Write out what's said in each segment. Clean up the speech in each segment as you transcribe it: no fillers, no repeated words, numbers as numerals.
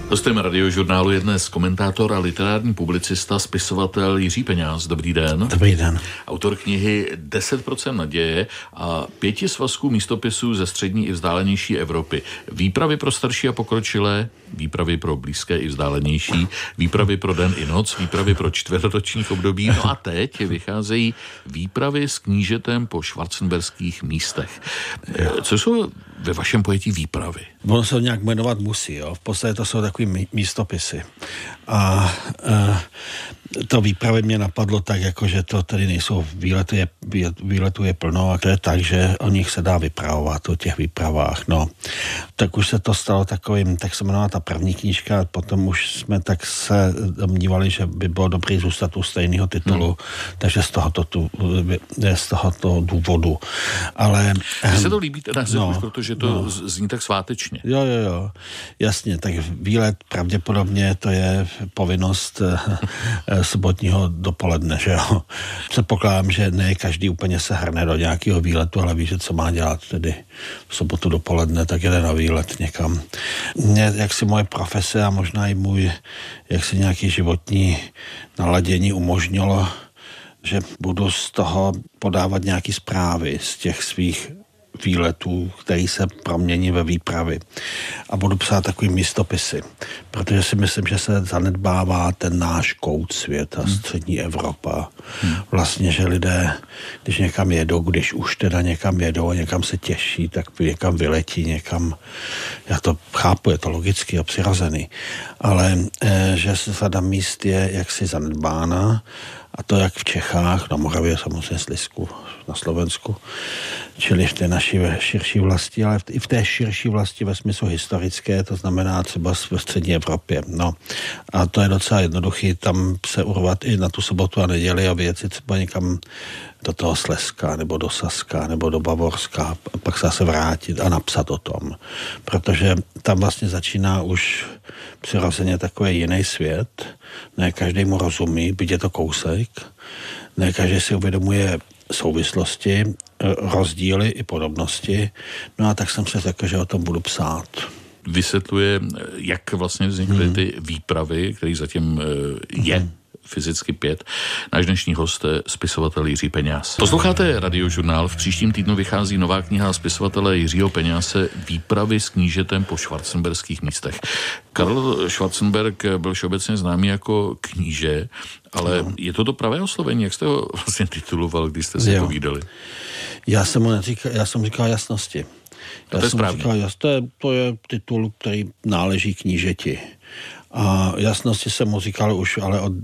Hostem Radiožurnálu je dnes komentátor a literární publicista, spisovatel Jiří Peňáz. Dobrý den. Dobrý den. Autor knihy 10% naděje a 5 svazků místopisů ze střední i vzdálenější Evropy. Výpravy pro starší a pokročilé, výpravy pro blízké i vzdálenější, výpravy pro den i noc, výpravy pro čtvrtoročních období. No a teď vycházejí výpravy s knížetem po schwarzenberských místech. Co jsou ve vašem pojetí výpravy? Ono se nějak jmenovat musí, jo. V podstatě to jsou takový místopisy. A to výpravy mě napadlo tak, jako že to tady nejsou výletů je plno a to je tak, že o nich se dá vypravovat, o těch výpravách. No, tak už se to stalo takovým, tak se jmenovala ta první knížka, potom už jsme tak se domnívali, že by bylo dobré zůstat u stejného titulu, takže z tohoto důvodu. Ale mně se to líbí teda už, protože to zní tak svátečně. Jo, jasně, tak výlet pravděpodobně to je povinnost sobotního dopoledne, že jo. Předpokládám, že ne každý úplně se hrne do nějakého výletu, ale ví, že co má dělat tedy v sobotu dopoledne, tak jde na výlet někam. Mě, jaksi moje profese a možná i můj jaksi nějaký životní naladění umožnilo, že budu z toho podávat nějaký zprávy z těch svých výletů, který se promění ve výpravy. A budu psát takový místopisy, protože si myslím, že se zanedbává ten náš kout světa, střední Evropa. Vlastně, že lidé, když někam jedou, když už teda někam jedou a někam se těší, tak někam vyletí, někam, já to chápu, je to logicky a přirozený, ale že se řada míst je jaksi zanedbána, a to jak v Čechách, na Moravě, samozřejmě Slezsku, na Slovensku, čili v té naší širší vlasti, ale i v té širší vlasti ve smyslu historické, to znamená třeba ve střední Evropě. No. A to je docela jednoduchý, tam se urvat i na tu sobotu a neděli a vyjet si třeba někam do toho Slezska, nebo do Saska, nebo do Bavorska, a pak se vrátit a napsat o tom. Protože tam vlastně začíná už přirozeně takový jiný svět, ne každý mu rozumí, byť je to kousek, ne každý si uvědomuje souvislosti, rozdíly i podobnosti. No a tak jsem se řekl, že o tom budu psát. Vysvětluje, jak vlastně vznikly ty výpravy, který zatím je fyzicky 5. Náš dnešní host je spisovatel Jiří Peňáz. Posloucháte Radiožurnál. V příštím týdnu vychází nová kniha spisovatele Jiřího Peňáze Výpravy s knížetem po schwarzenberských místech. Karl Schwarzenberg byl všeobecně známý jako kníže, ale je to pravé oslovení? Jak jste ho vlastně tituloval, když jste si povídali? Já jsem říkal jasnosti. To je titul, který náleží knížeti. A jasnosti jsem mu říkal už ale od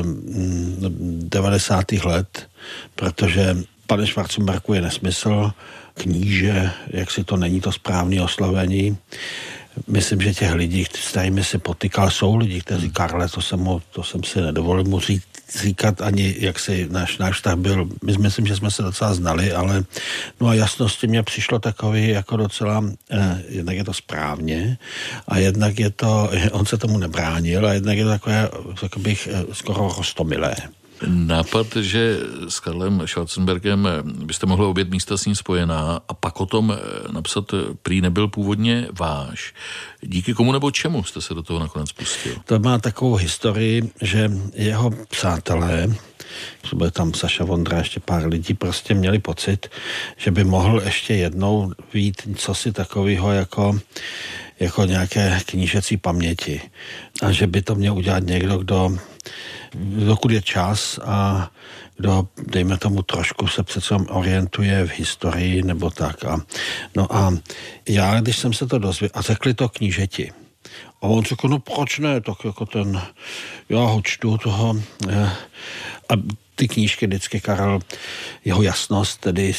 90. let, protože pane Schwarzenbergu je nesmysl, kníže, jak si to není to správné oslovení. Myslím, že těch lidí, s kterými si potykal, jsou lidi, kteří Karle, to jsem si nedovolil mu říkat ani, jak si náš vztah byl. Myslím, že jsme se docela znali, ale no a jasnosti mě přišlo takový jako docela, jednak je to správně a jednak je to, on se tomu nebránil a jednak je to takové, řekl bych, skoro roztomilé. Nápad, že s Karlem Schwarzenbergem byste mohli obět místa s ním spojená a pak o tom napsat prý nebyl původně váš. Díky komu nebo čemu jste se do toho nakonec pustil? To má takovou historii, že jeho přátelé, byl tam Saša Vondra, ještě pár lidí, prostě měli pocit, že by mohl ještě jednou vít cosi takového jako nějaké knížecí paměti. A že by to měl udělat někdo, dokud je čas a kdo, dejme tomu, trošku se přece orientuje v historii nebo tak. No a já, když jsem se to dozvěděl, a řekli to knížeti, a on řekl, no proč ne, tak jako já ho čtu toho, a ty knížky vždycky Karel, jeho jasnost, tedy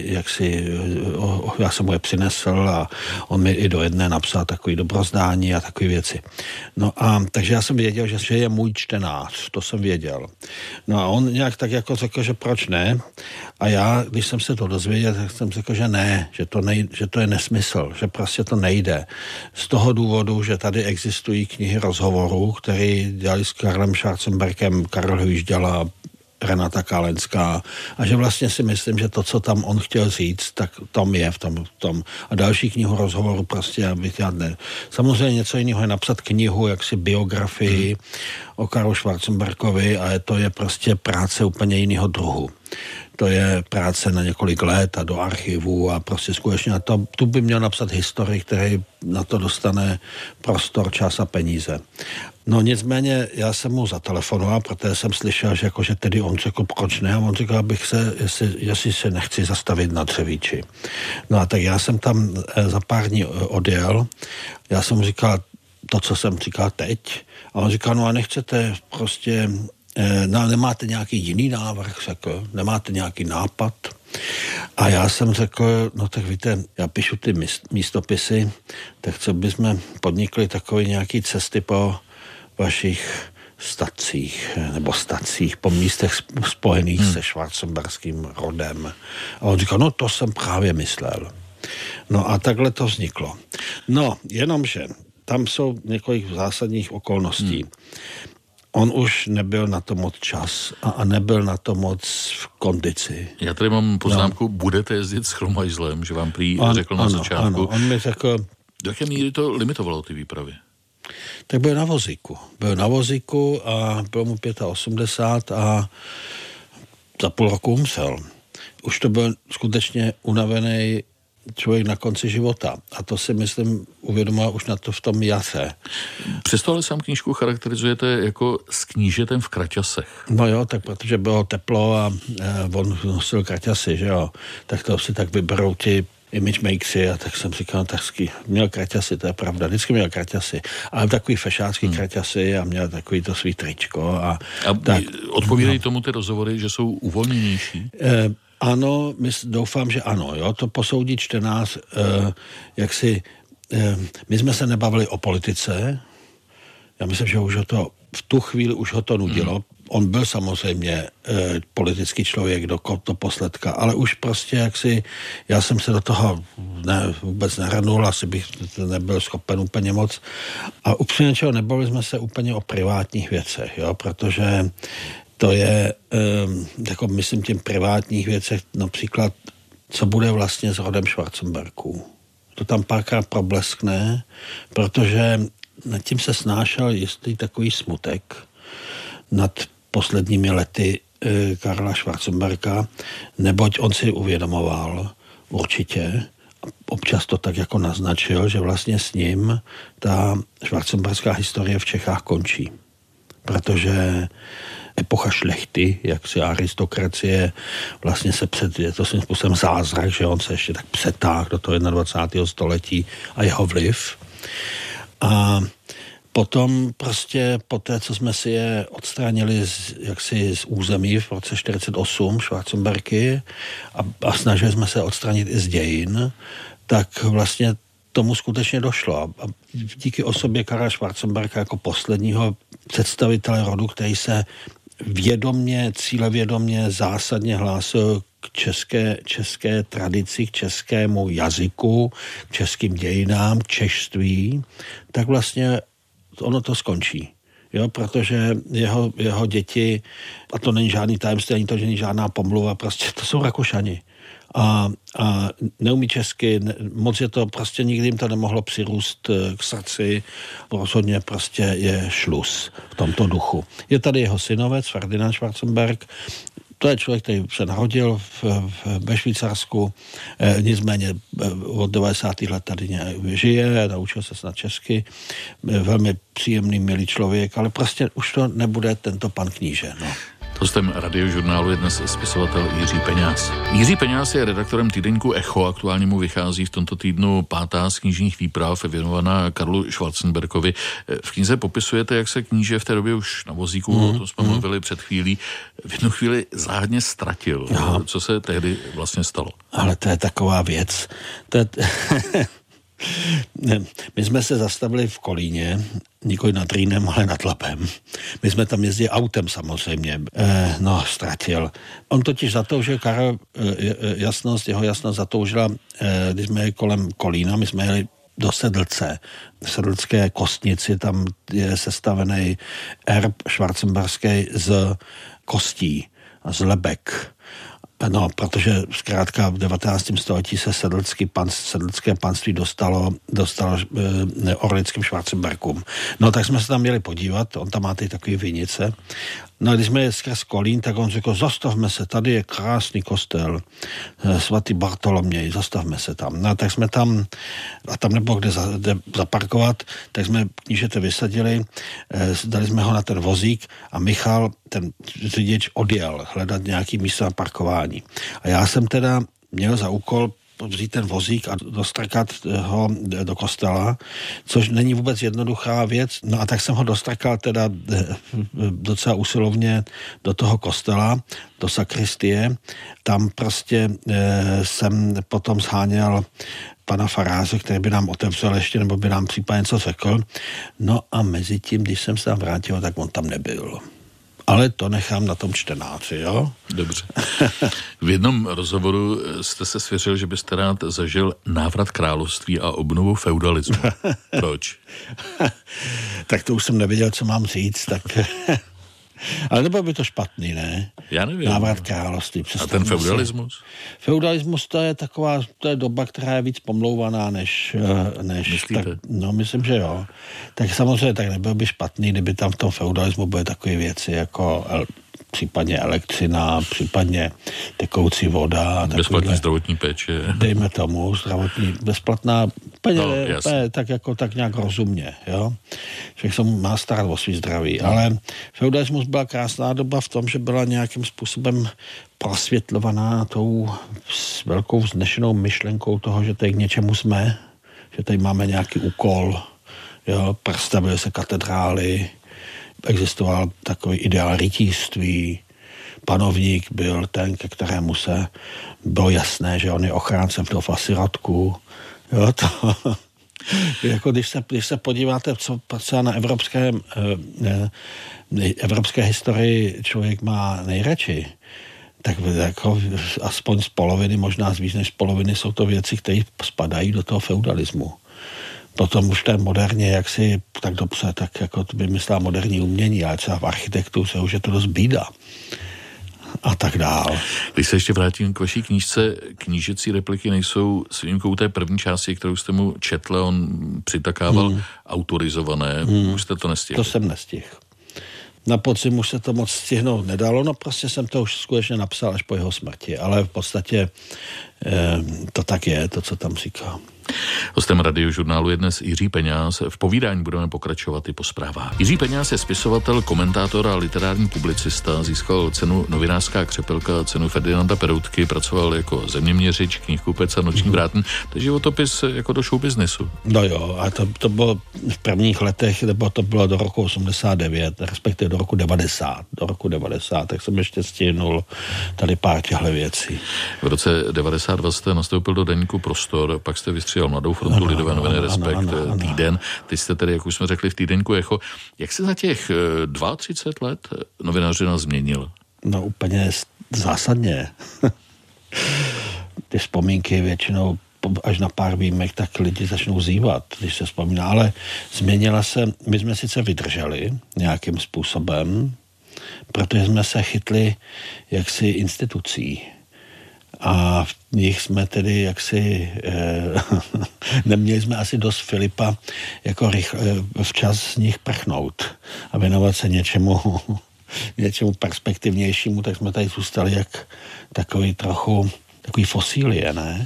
já jsem mu je přinesl a on mi i do jedné napsal takový dobrozdání a takové věci. No a takže já jsem věděl, že je můj čtenář, to jsem věděl. No a on nějak tak jako řekl, že proč ne? A já, když jsem se to dozvěděl, tak jsem řekl, že ne, že to je nesmysl, že prostě to nejde. Z toho důvodu, že tady existují knihy rozhovorů, které dělali s Karlem Schwarzenbergem, Karel Hvížděla Renata Kalenská a že vlastně si myslím, že to, co tam on chtěl říct, tak tom je v tom. A další knihu rozhovoru prostě, abych já ne. Samozřejmě něco jiného je napsat knihu, jaksi biografii o Karlu Schwarzenbergovi a to je prostě práce úplně jiného druhu. To je práce na několik let a do archivu a prostě skutečně na to, tu by měl napsat historik, který na to dostane prostor, čas a peníze. No nicméně já jsem mu zatelefonoval, protože jsem slyšel, že, jako, že tedy on řekl, proč ne? A on říkal, abych se, jestli se nechci zastavit na Třebíči. No a tak já jsem tam za pár dní odjel. Já jsem mu říkal to, co jsem říkal teď. A on říkal, no a nechcete prostě... No, nemáte nějaký jiný návrh, řekl, nemáte nějaký nápad? A já jsem řekl, no tak víte, já píšu ty místopisy, tak co bychom podnikli takové nějaké cesty po vašich stacích, nebo stacích, po místech spojených se schwarzenberským rodem. A on říkal, no to jsem právě myslel. No a takhle to vzniklo. No, jenomže tam jsou několik zásadních okolností. On už nebyl na to moc čas a nebyl na to moc v kondici. Já tady mám poznámku, budete jezdit s Chromajzlem, že vám prý řekl na začátku. Ano, on mi řekl... Do jaké míry to limitovalo ty výpravy? Tak byl na vozíku. Byl na vozíku a bylo mu 85 a za půl roku umřel. Už to byl skutečně unavený člověk na konci života. A to si myslím uvědomil už na to v tom jaře. Přesto ale sám knížku charakterizujete jako s knížetem v kraťasech. No jo, tak protože bylo teplo a on nosil kraťasy, že jo. Tak to si tak vyberou ti image makersy a tak jsem říkal, tak měl kraťasy, to je pravda, vždycky měl kraťasy, ale takový fešácký kraťasy a měl takový to svý tričko. A tak, no. Odpovídají tomu ty rozhovory, že jsou uvolněnější? Ano, doufám, že ano, jo, to posoudí čtenář, my jsme se nebavili o politice, já myslím, že už v tu chvíli už ho to nudilo, on byl samozřejmě politický člověk do posledka, ale už prostě já jsem se do toho vůbec nehrnul, asi bych nebyl schopen úplně moc a upřímně čeho nebavili jsme se úplně o privátních věcech, jo, protože to je, jako myslím tím privátních věcech, například, co bude vlastně s rodem Schwarzenbergů. To tam párkrát probleskne, protože nad tím se snášel jistý takový smutek nad posledními lety Karla Schwarzenberga, neboť on si uvědomoval určitě, občas to tak jako naznačil, že vlastně s ním ta schwarzenbergská historie v Čechách končí. Protože epocha šlechty, jak si aristokracie, vlastně je to svým způsobem zázrak, že on se ještě tak přetáhl do toho 21. století a jeho vliv. A potom prostě po té, co jsme si je odstranili z území v roce 48 Schwarzenbergy a snažili jsme se odstranit i z dějin, tak vlastně tomu skutečně došlo. A díky osobě Karla Schwarzenberga jako posledního představitele rodu, který se cílevědomě zásadně hlásil k české tradici, k českému jazyku, k českým dějinám, k češství, tak vlastně ono to skončí. Jo, protože jeho děti, a to není žádný tajemství, ani to není žádná pomluva, prostě to jsou Rakušani. A neumí česky, moc je to, prostě nikdy jim to nemohlo přirůst k srdci, rozhodně prostě je šluz v tomto duchu. Je tady jeho synovec, Ferdinand Schwarzenberg, to je člověk, který se narodil ve Švýcarsku, nicméně od 90. let tady žije, naučil se snad česky, velmi příjemný, milý člověk, ale prostě už to nebude tento pan kníže, no. Hostem Radiožurnálu je dnes spisovatel Jiří Peňáz. Jiří Peňáz je redaktorem týdeníku Echo, aktuálně mu vychází v tomto týdnu 5. z knižních výprav věnovaná Karlu Schwarzenbergovi. V knize popisujete, jak se kníže v té době už na vozíku, to jsme mluvili před chvílí, v jednu chvíli záhadně ztratil. Aha. Co se tehdy vlastně stalo? Ale to je taková věc. My jsme se zastavili v Kolíně, nikoli nad Rýnem, ale nad Labem. My jsme tam jezdili autem samozřejmě. Ztratil. On totiž zatoužil, Karel, jeho jasnost zatoužila, když jsme jeli kolem Kolína, my jsme jeli do Sedlce. V sedlcké kostnici tam je sestavený erb schwarzenberský z kostí. a zlebek. No, protože zkrátka v 19. století se sedlické panství dostalo orlickým Schwarzenbergům. No, tak jsme se tam měli podívat, on tam má ty takové vinice. No, když jsme jeli skrz Kolín, tak on řekl, zastavme se, tady je krásný kostel, svatý Bartoloměj, zastavme se tam. No, tak jsme tam, a tam nebylo kde zaparkovat, tak jsme knížete vysadili, dali jsme ho na ten vozík a Michal, ten řidič, odjel hledat nějaký místo na parkování. A já jsem teda měl za úkol vzít ten vozík a dostrkat ho do kostela, což není vůbec jednoduchá věc. No a tak jsem ho dostrkal teda docela usilovně do toho kostela, do sakristie. Tam prostě jsem potom sháněl pana faráře, který by nám otevřel ještě, nebo by nám případně něco řekl. No a mezi tím, když jsem se tam vrátil, tak on tam nebyl. Ale to nechám na tom čtenáři, jo? Dobře. V jednom rozhovoru jste se svěřil, že byste rád zažil návrat království a obnovu feudalismu. Proč? Tak to už jsem nevěděl, co mám říct, tak... Ale nebylo by to špatný, ne? Já nevím. Návrat království. A ten feudalismus? Feudalismus to je doba, která je víc pomlouvaná, než Myslíte? Tak, no, myslím, že jo. Tak samozřejmě tak nebylo by špatný, kdyby tam v tom feudalismu byly takové věci, jako případně elektřina, případně tekoucí voda. Bezplatná zdravotní péče. Dejme tomu, zdravotní, bezplatná, úplně, tak nějak rozumně, jo. Člověk se má starat o svý zdraví, ale feudalismus byla krásná doba v tom, že byla nějakým způsobem prosvětlovaná tou velkou vznešenou myšlenkou toho, že tady k něčemu jsme, že tady máme nějaký úkol, jo, prostavily se katedrály, existoval takový ideál rytířství, panovník byl ten, ke kterému se bylo jasné, že on je ochráncem toho sirotku. Jo, to, jako když se podíváte, co na evropské historii člověk má nejradši, tak jako aspoň z poloviny, možná z víc než z poloviny, jsou to věci, které spadají do toho feudalismu. Potom už ten moderně, jak si tak dobře, tak jako vymyslá moderní umění, ale třeba v architektuře už je to dost bída. A tak dál. Když se ještě vrátím k vaší knížce, knížecí repliky nejsou s výjimkou té první části, kterou jste mu četl, on přitakával autorizované. Už jste to nestihl. To jsem nestihl. Na podzim už se to moc stihnout nedalo, no prostě jsem to už skutečně napsal až po jeho smrti, ale v podstatě to tak je, to, co tam říká. Hostem Radiožurnálu je dnes Jiří Peňáz. V povídání budeme pokračovat i po zprávách. Jiří Peňáz je spisovatel, komentátor a literární publicista. Získal cenu Novinářská křepelka, cenu Ferdinanda Peroutky, pracoval jako zeměměřič, knihkupec a noční vrátný. To je životopis jako do showbiznesu. No jo, a to bylo v prvních letech, nebo to bylo do roku 89, respektive do roku 90. Do roku 90, tak jsem ještě stihnul tady pár těchto věcí. V roce 92 jste nastoupil do deníku Prostor, pak jste vystřídal Mladou frontu, Lidové noviny, Respekt, Týden. Ty jste tedy, jak už jsme řekli, v týdeníku Echo. Jak se za těch 32 let novinařina změnil? No úplně zásadně. Ty vzpomínky většinou až na pár výjimek, tak lidi začnou zývat, když se vzpomíná. Ale změnila se, my jsme sice vydrželi nějakým způsobem, protože jsme se chytli jaksi institucí. A v nich jsme tedy jaksi neměli jsme asi dost Filipa jako včas z nich prchnout a věnovat se něčemu perspektivnějšímu, tak jsme tady zůstali jak takový fosílie, ne?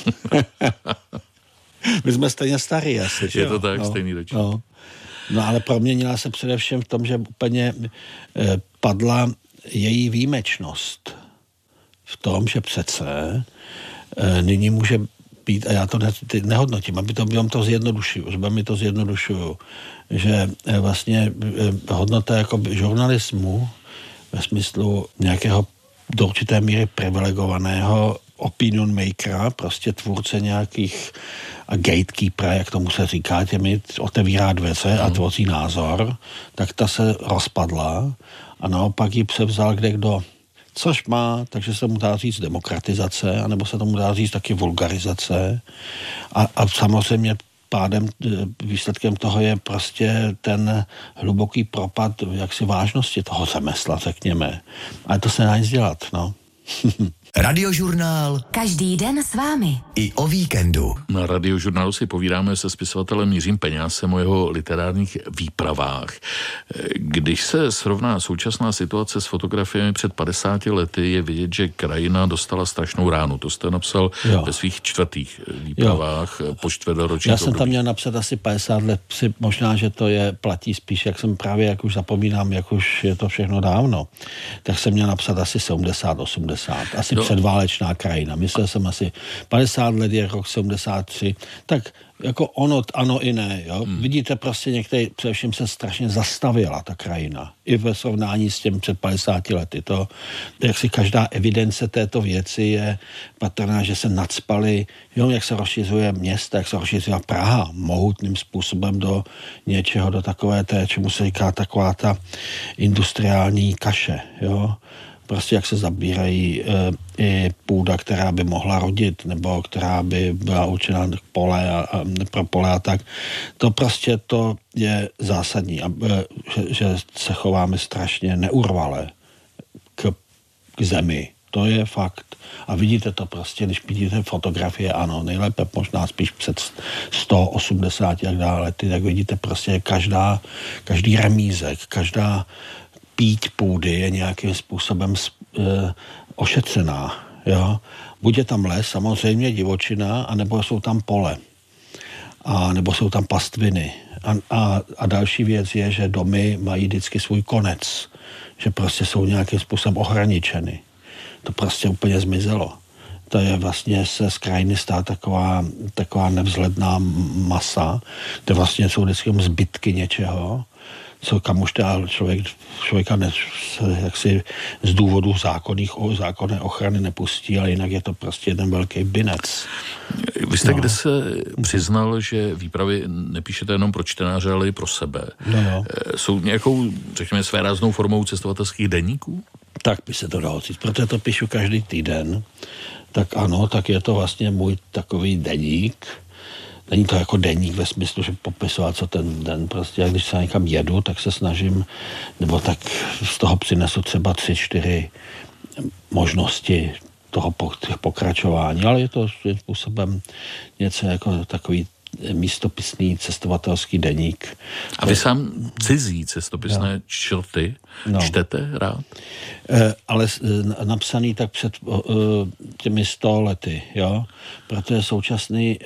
My jsme stejně starý asi. Je to tak, stejný ročník. No ale proměnila se především v tom, že úplně padla její výjimečnost. V tom, že přece nyní může být, a já to nehodnotím, aby to zjednodušuju, že vlastně hodnota jako žurnalismu ve smyslu nějakého do určité míry privilegovaného opinion makera, prostě tvůrce nějakých a gatekeepera, jak tomu se říká, těmi otevírá dveře a tvoří názor, tak ta se rozpadla a naopak ji převzal kdekdo. Což má, takže se mu dá říct demokratizace, anebo se tomu dá říct taky vulgarizace. A samozřejmě pádem výsledkem toho je prostě ten hluboký propad jaksi vážnosti toho řemesla, řekněme. Ale to se nedá nic dělat, no. Radiožurnál. Každý den s vámi. I o víkendu. Na Radiožurnálu si povídáme se spisovatelem Jiřím Peňásem o jeho literárních výpravách. Když se srovná současná situace s fotografiemi před 50 lety, je vidět, že krajina dostala strašnou ránu. To jste napsal ve svých 4. výpravách po čtvrtoročí. Já jsem tam měl napsat asi 50 let, možná, že to platí spíš, jak už zapomínám, jak už je to všechno dávno, tak jsem měl napsat asi 70, 80, asi předválečná krajina. Myslel jsem asi 50 let je rok 73, tak jako ano i ne, jo. Vidíte prostě některý, především se strašně zastavila ta krajina. I ve srovnání s těm před 50 lety. To, jak si každá evidence této věci je patrná, že se nacpaly, jo, jak se rozšiřuje město, jak se rozšiřuje Praha mohutným způsobem do něčeho, do takové té, čemu se říká taková ta industriální kaše, jo. Prostě jak se zabírají i půda, která by mohla rodit, nebo která by byla určená pro pole a tak. To prostě to je zásadní, že se chováme strašně neurvale k zemi. To je fakt. A vidíte to prostě, když vidíte fotografie, ano, nejlépe možná spíš před 180 jak dále, tak vidíte prostě každý remízek, každá píť půdy je nějakým způsobem ošetřená. Jo? Buď je tam les, samozřejmě divočina, anebo jsou tam pole. A nebo jsou tam pastviny. A další věc je, že domy mají vždycky svůj konec. Že prostě jsou nějakým způsobem ohraničeny. To prostě úplně zmizelo. To je vlastně se z krajiny stát taková nevzhledná masa, kde vlastně jsou vždycky zbytky něčeho, kam už člověka jaksi z důvodu zákonné ochrany nepustí, ale jinak je to prostě jeden velký binec. Vy jste kde se přiznal, že výpravy nepíšete jenom pro čtenáře, ale i pro sebe. Jsou nějakou, řekněme, svéráznou formou cestovatelských deníků? Tak by se to dalo říct, protože to píšu každý týden. Tak ano, tak je to vlastně můj takový deník. Není to jako deník ve smyslu, že popisovat, co ten den prostě. A když se někam jedu, tak se snažím, nebo tak z toho přinesu třeba 3-4 možnosti toho pokračování. Ale je to svým způsobem něco jako takový místopisný cestovatelský deník. A vy sám cizí cestopisné črty čtete rád? Ale napsaný tak před těmi 100 lety, jo? Protože současný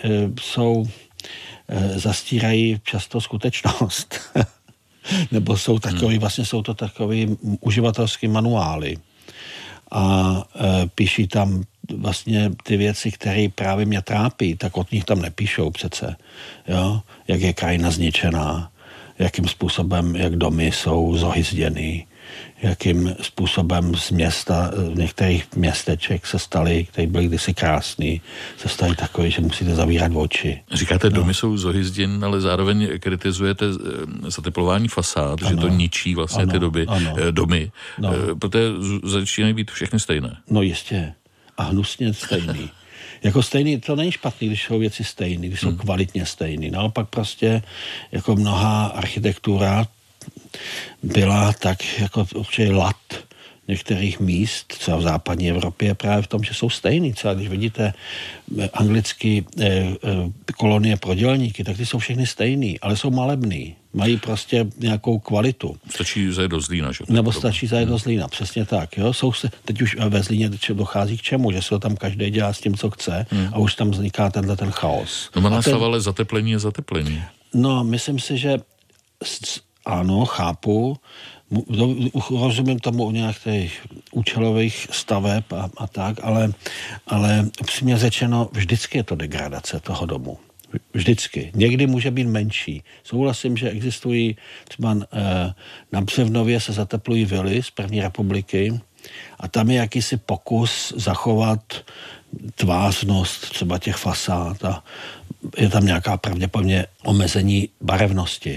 zastírají často skutečnost. Nebo jsou takový, vlastně jsou to takový uživatelský manuály. A píší tam vlastně ty věci, které právě mě trápí, tak od nich tam nepíšou přece. Jo? Jak je krajina zničená, jakým způsobem, jak domy jsou zohyzděný, jakým způsobem z města, některých městeček se staly, které byly kdysi krásný, se staly takový, že musíte zavírat oči. Říkáte, domy jsou zohyzděn, ale zároveň kritizujete zateplování fasád, že to ničí vlastně ty domy, protože začínají být všechny stejné. No jistě. A hnusně stejný. Jako stejný, to není špatný, když jsou věci stejný, když jsou kvalitně stejný. Naopak prostě jako mnohá architektura byla tak jako určitě lat některých míst, třeba v západní Evropě, právě v tom, že jsou stejný. Třeba když vidíte anglické kolonie pro dělníky, tak ty jsou všechny stejný, ale jsou malebný. Mají prostě nějakou kvalitu. Stačí zajet do Zlína, že? Nebo stačí zajet do Zlína, přesně tak. Jo? Teď už ve Zlíně dochází k čemu? Že se to tam každý dělá s tím, co chce a už tam vzniká ten chaos. No má ale zateplení je zateplení. No, myslím si, že ano, chápu. Rozumím tomu u nějakých účelových staveb a tak, ale upřímně řečeno, vždycky je to degradace toho domu. Vždycky. Někdy může být menší. Souhlasím, že existují třeba na Břevnově se zateplují vily z první republiky a tam je jakýsi pokus zachovat tvářnost třeba těch fasád a je tam nějaká pravděpodobně omezení barevnosti.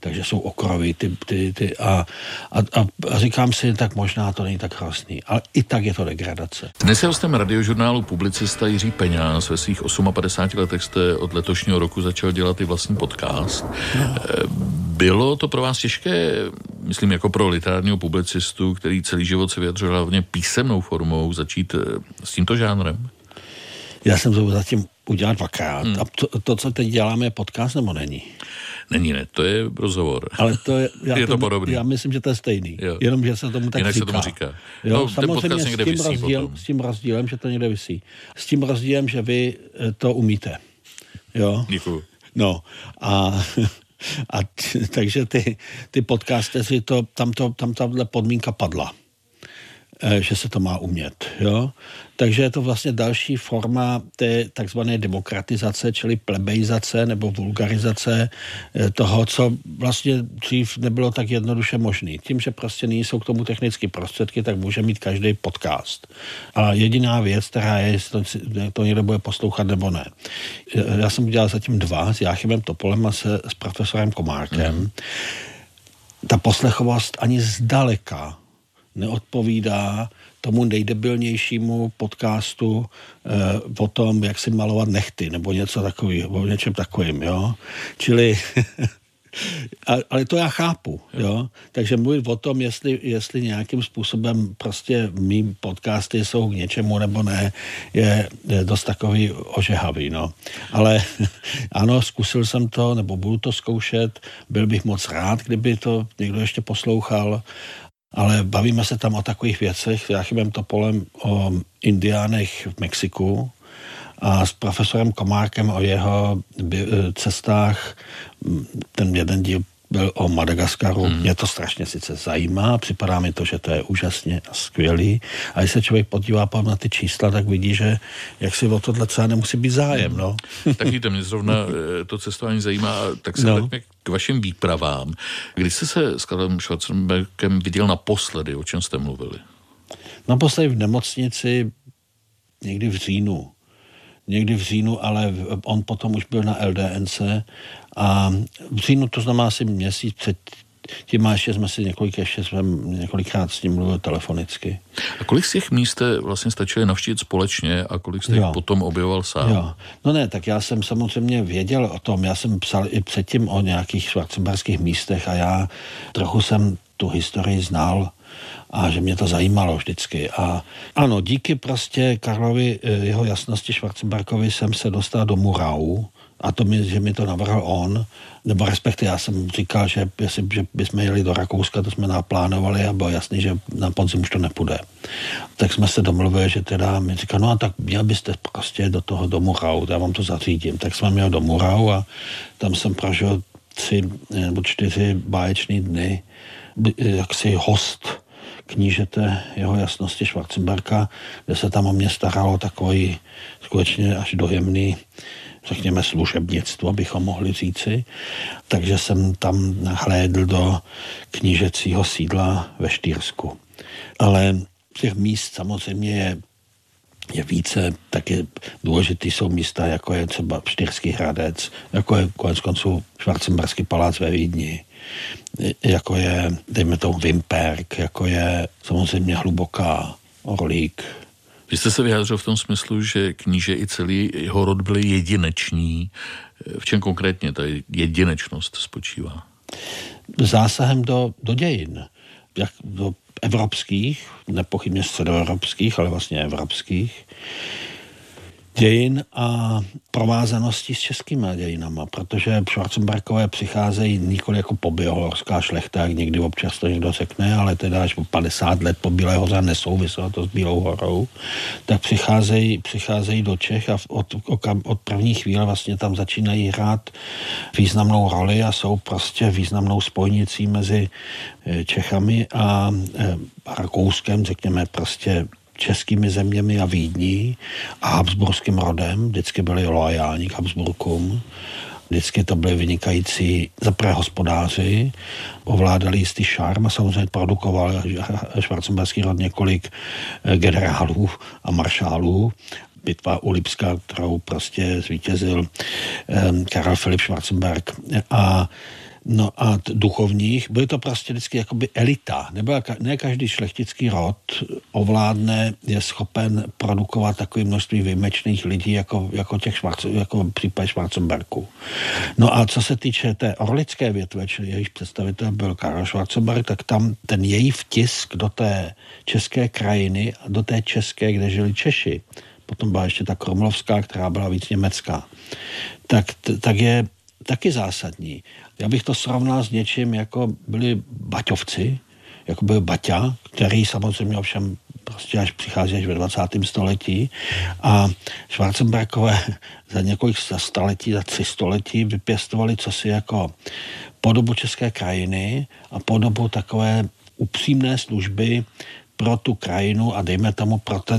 takže jsou okrovy a říkám si, tak možná to není tak hrozný, ale i tak je to degradace. Dnes je hostem Radiožurnálu publicista Jiří Peňáz. Ve svých 58 letech jste od letošního roku začal dělat i vlastní podcast. No. Bylo to pro vás těžké, myslím jako pro literárního publicistu, který celý život se vyjadřoval hlavně písemnou formou, začít s tímto žánrem? Já jsem to zatím udělal 2krát. A to, co teď děláme, je podcast, nebo není? Není, ne, to je rozhovor. Ale to je, je to podobný. Já myslím, že to je stejný. Jo. Jenom, že se tomu tak jinak říká. Se tomu říká. Jo, no, samozřejmě s tím rozdílem, že to někde visí. S tím rozdílem, že vy to umíte. Jo? Děkuju. No takže ty podcasteři, tam tahle podmínka padla, že se to má umět. Jo? Takže je to vlastně další forma té takzvané demokratizace, čili plebeizace nebo vulgarizace toho, co vlastně dřív nebylo tak jednoduše možné. Tím, že prostě nyní jsou k tomu technické prostředky, tak může mít každý podcast. A jediná věc, která je, jestli to někdo bude poslouchat nebo ne. Já jsem udělal zatím 2 s Jáchymem Topolem a s profesorem Komárkem. Ta poslechovost ani zdaleka neodpovídá tomu nejdebilnějšímu podcastu o tom, jak si malovat nehty, nebo něco takového, o něčem takovým, jo. Čili, ale to já chápu, jo. Takže mluvit o tom, jestli nějakým způsobem prostě mý podcasty jsou k něčemu nebo ne, je dost takový ožehavý, no. Ale ano, zkusil jsem to, nebo budu to zkoušet, byl bych moc rád, kdyby to někdo ještě poslouchal. Ale bavíme se tam o takových věcech, s Jáchymem Topolem o indiánech v Mexiku a s profesorem Komárkem o jeho cestách. Ten jeden díl byl o Madagaskaru. Mě to strašně sice zajímá, připadá mi to, že to je úžasně skvělý. A když se člověk podívá na ty čísla, tak vidí, že jak si o tohle třeba nemusí být zájem. No. Tak víte, mě zrovna to cestování zajímá, tak se vraťme k vašim výpravám. Kdy jste se s Karlem Schwarzenbergem viděl naposledy, o čem jste mluvili? Naposledy v nemocnici někdy v říjnu, ale on potom už byl na LDNC a v říjnu, to znamená asi měsíc před tím, ještě jsme si několikrát s ním mluvil telefonicky. A kolik z těch míst jste vlastně stačili navštívit společně a kolik jste jich potom objevoval sám? Jo. No ne, tak já jsem samozřejmě věděl o tom, já jsem psal i předtím o nějakých schwarzenberských místech a já trochu jsem tu historii znal a že mě to zajímalo vždycky. A ano, díky prostě Karlovi, jeho jasnosti Schwarzenbergovi jsem se dostal do Murau a že mi to navrhl on, nebo respektive já jsem říkal, že bychom jeli do Rakouska, to jsme naplánovali a bylo jasný, že na podzim už to nepůjde. Tak jsme se domluvili, že teda mi říkal, no a tak měl byste prostě do Murau, já vám to zařídím. Tak jsme měli do Murau a tam jsem prožil 3 nebo 4 báječný dny, jaksi host knížete jeho jasnosti Schwarzenberga, kde se tam o mě staralo takový skutečně až dojemný, řekněme, služebnictvo, bychom mohli říci. Takže jsem tam hlédl do knížecího sídla ve Štýrsku. Ale těch míst samozřejmě je více, taky důležitý jsou místa, jako je třeba Štýrský Hradec, jako je konec konců Schwarzenberský palác ve Vídni, jako je, dejme tomu, Vimperk, jako je samozřejmě Hluboká, Orlík. Vy jste se vyjádřil v tom smyslu, že kníže i celý jeho rod byli jedineční. V čem konkrétně ta jedinečnost spočívá? Zásahem do dějin. Jak do evropských, nepochybně středoevropských, ale vlastně evropských dějin a provázanosti s českými dějinama, protože Schwarzenbergové přicházejí nikoli jako poběhohorská šlechta, jak někdy občas to někdo řekne, ale teda až po 50 let po Bílé hoře nesouviselo to s Bílou horou, tak přicházejí do Čech a od první chvíle vlastně tam začínají hrát významnou roli a jsou prostě významnou spojnicí mezi Čechami a Rakouskem, řekněme prostě českými zeměmi a Vídní a habsburským rodem. Vždycky byli loajální k Habsburkům. Vždycky to byli vynikající zaprvé hospodáři, ovládali jistý šarm a samozřejmě produkoval schwarzenberský rod několik generálů a maršálů. Bitva u Lipska, kterou prostě zvítězil Karel Filip Schwarzenberg. A No a duchovních, byly to prostě vždycky jakoby elita. Ne každý šlechtický rod ovládne, je schopen produkovat takové množství výjimečných lidí, jako v případě Schwarzenbergů. No a co se týče té orlické větve, čili jejíž představitel byl Karel Schwarzenberg, tak tam ten její vtisk do té české krajiny a do té české, kde žili Češi, potom byla ještě ta krumlovská, která byla víc německá, tak je taky zásadní. Já bych to srovnal s něčím, jako byli Baťovci, jako byl Baťa, který samozřejmě ovšem prostě přichází až ve 20. století a Schwarzenbergové za několik staletí, za 3 století vypěstovali cosi jako podobu české krajiny a podobu takové upřímné služby pro tu krajinu a dejme tomu pro ten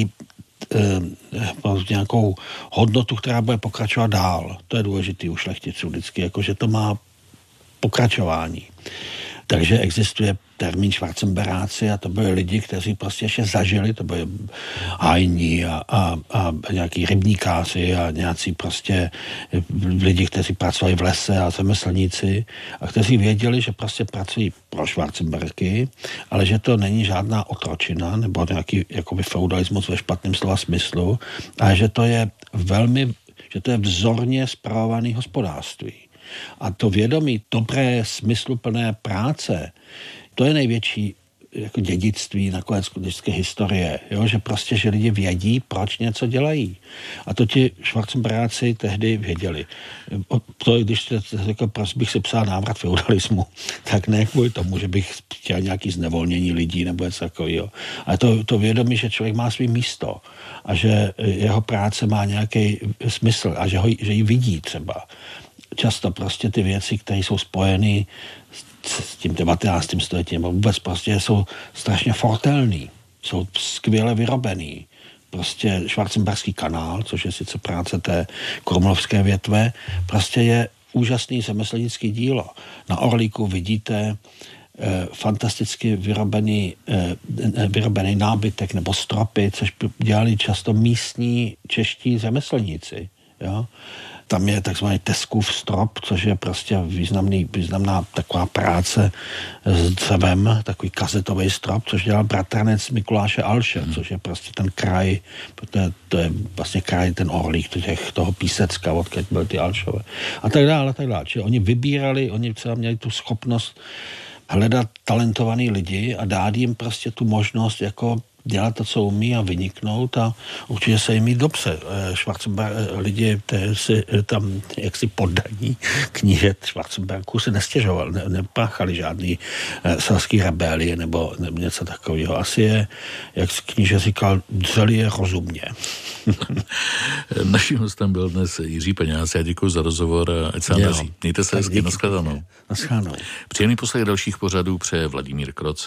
nějakou hodnotu, která bude pokračovat dál. To je důležitý u šlechticů vždycky, jakože to má pokračování. Takže existuje termín Schwarzenberáci a to byli lidi, kteří prostě ještě zažili, to byli hajní a nějaký rybníkáři a nějací prostě lidi, kteří pracovali v lese a řemeslníci a kteří věděli, že prostě pracují pro Schwarzenbergy, ale že to není žádná otročina nebo nějaký jakoby feudalismus ve špatném slova smyslu, ale že to je vzorně spravovaný hospodářství. A to vědomí dobré, smysluplné práce, to je největší jako dědictví nakonec vždycky historie, jo? Že lidi vědí, proč něco dělají. A to ti Schwarzenberáci tehdy věděli. To, když jste řekl, proč bych si psal návrat feudalismu, tak ne kvůli tomu, že bych chtěl nějaký znevolnění lidí nebo něco takového. Ale to vědomí, že člověk má svý místo a že jeho práce má nějaký smysl a že ji vidí třeba. Často prostě ty věci, které jsou spojeny s tím 19. stoletím, vůbec prostě jsou strašně fortelný, jsou skvěle vyrobený. Prostě Schwarzenberský kanál, což je sice práce té krumlovské větve, prostě je úžasný řemeslnický dílo. Na Orlíku vidíte fantasticky vyrobený nábytek nebo stropy, což dělali často místní čeští řemeslníci. Jo? Tam je takzvaný Teskův strop, což je prostě významná taková práce s dřevem, takový kazetový strop, což dělal bratranec Mikuláše Alše, což je prostě ten kraj, to je vlastně kraj, ten Orlík, toho Písecka, odkud byly ty Alšové. A tak dále. Čili oni vybírali, oni třeba měli tu schopnost hledat talentovaný lidi a dát jim prostě tu možnost jako dělat to, co umí a vyniknout a určitě se jim mít dobře. Lidi si tam jaksi poddaní knížet Schwarzenbergů se nestěžoval, nepáchali žádný selský rebelie nebo něco takového. Asi je, jak kníže říkal, dřeli je rozumně. Naším hostem byl dnes Jiří Peňáz. Já děkuji za rozhovor a ať se vám daří. Mějte se hezky, nashledanou. Nashledanou. Příjemný poslech dalších pořadů přeje Vladimír Kroc.